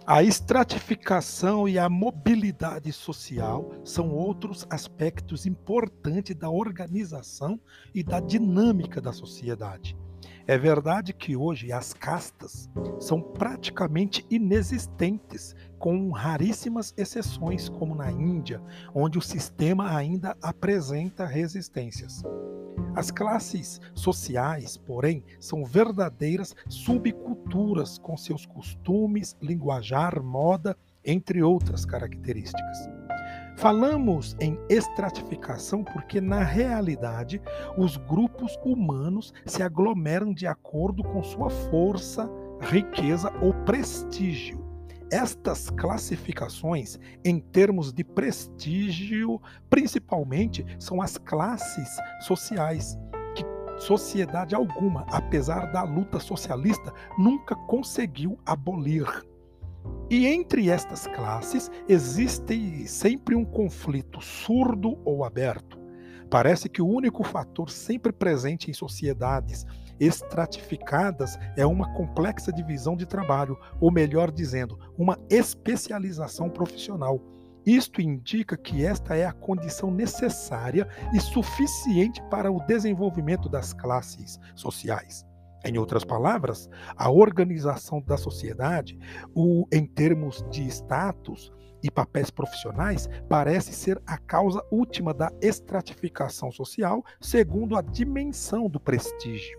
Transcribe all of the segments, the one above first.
A estratificação e a mobilidade social são outros aspectos importantes da organização e da dinâmica da sociedade. É verdade que hoje as castas são praticamente inexistentes, com raríssimas exceções, como na Índia, onde o sistema ainda apresenta resistências. As classes sociais, porém, são verdadeiras subculturas com seus costumes, linguajar, moda, entre outras características. Falamos em estratificação porque, na realidade, os grupos humanos se aglomeram de acordo com sua força, riqueza ou prestígio. Estas classificações, em termos de prestígio, principalmente, são as classes sociais, que sociedade alguma, apesar da luta socialista, nunca conseguiu abolir. E entre estas classes existe sempre um conflito surdo ou aberto. Parece que o único fator sempre presente em sociedades estratificadas é uma complexa divisão de trabalho, ou melhor dizendo, uma especialização profissional. Isto indica que esta é a condição necessária e suficiente para o desenvolvimento das classes sociais. Em outras palavras, a organização da sociedade, em termos de status e papéis profissionais, parece ser a causa última da estratificação social, segundo a dimensão do prestígio.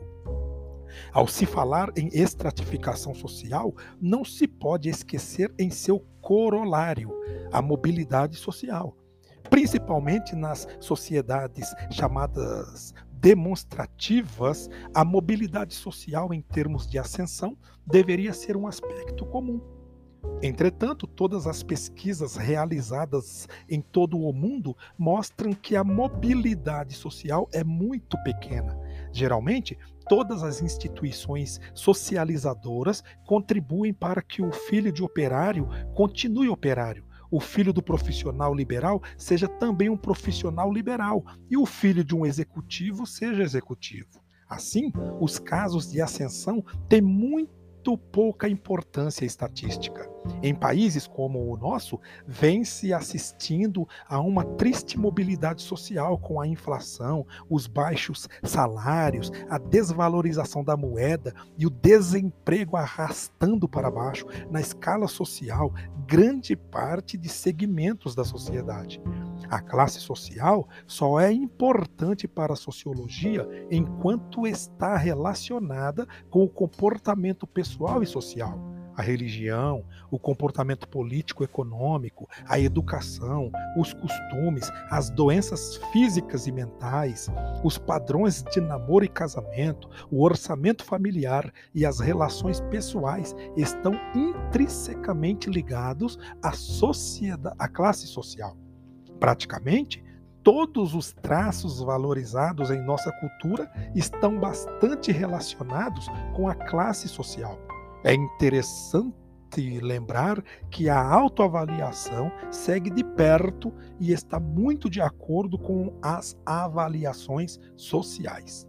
Ao se falar em estratificação social, não se pode esquecer em seu corolário, a mobilidade social. Principalmente nas sociedades chamadas demonstrativas, a mobilidade social em termos de ascensão deveria ser um aspecto comum. Entretanto, todas as pesquisas realizadas em todo o mundo mostram que a mobilidade social é muito pequena. Geralmente, todas as instituições socializadoras contribuem para que o filho de operário continue operário, o filho do profissional liberal seja também um profissional liberal e o filho de um executivo seja executivo. Assim, os casos de ascensão têm muito pouca importância estatística. Em países como o nosso, vem-se assistindo a uma triste mobilidade social com a inflação, os baixos salários, a desvalorização da moeda e o desemprego arrastando para baixo, na escala social, grande parte de segmentos da sociedade. A classe social só é importante para a sociologia enquanto está relacionada com o comportamento pessoal e social. A religião, o comportamento político-econômico, a educação, os costumes, as doenças físicas e mentais, os padrões de namoro e casamento, o orçamento familiar e as relações pessoais estão intrinsecamente ligados à classe social. Praticamente, todos os traços valorizados em nossa cultura estão bastante relacionados com a classe social. É interessante lembrar que a autoavaliação segue de perto e está muito de acordo com as avaliações sociais.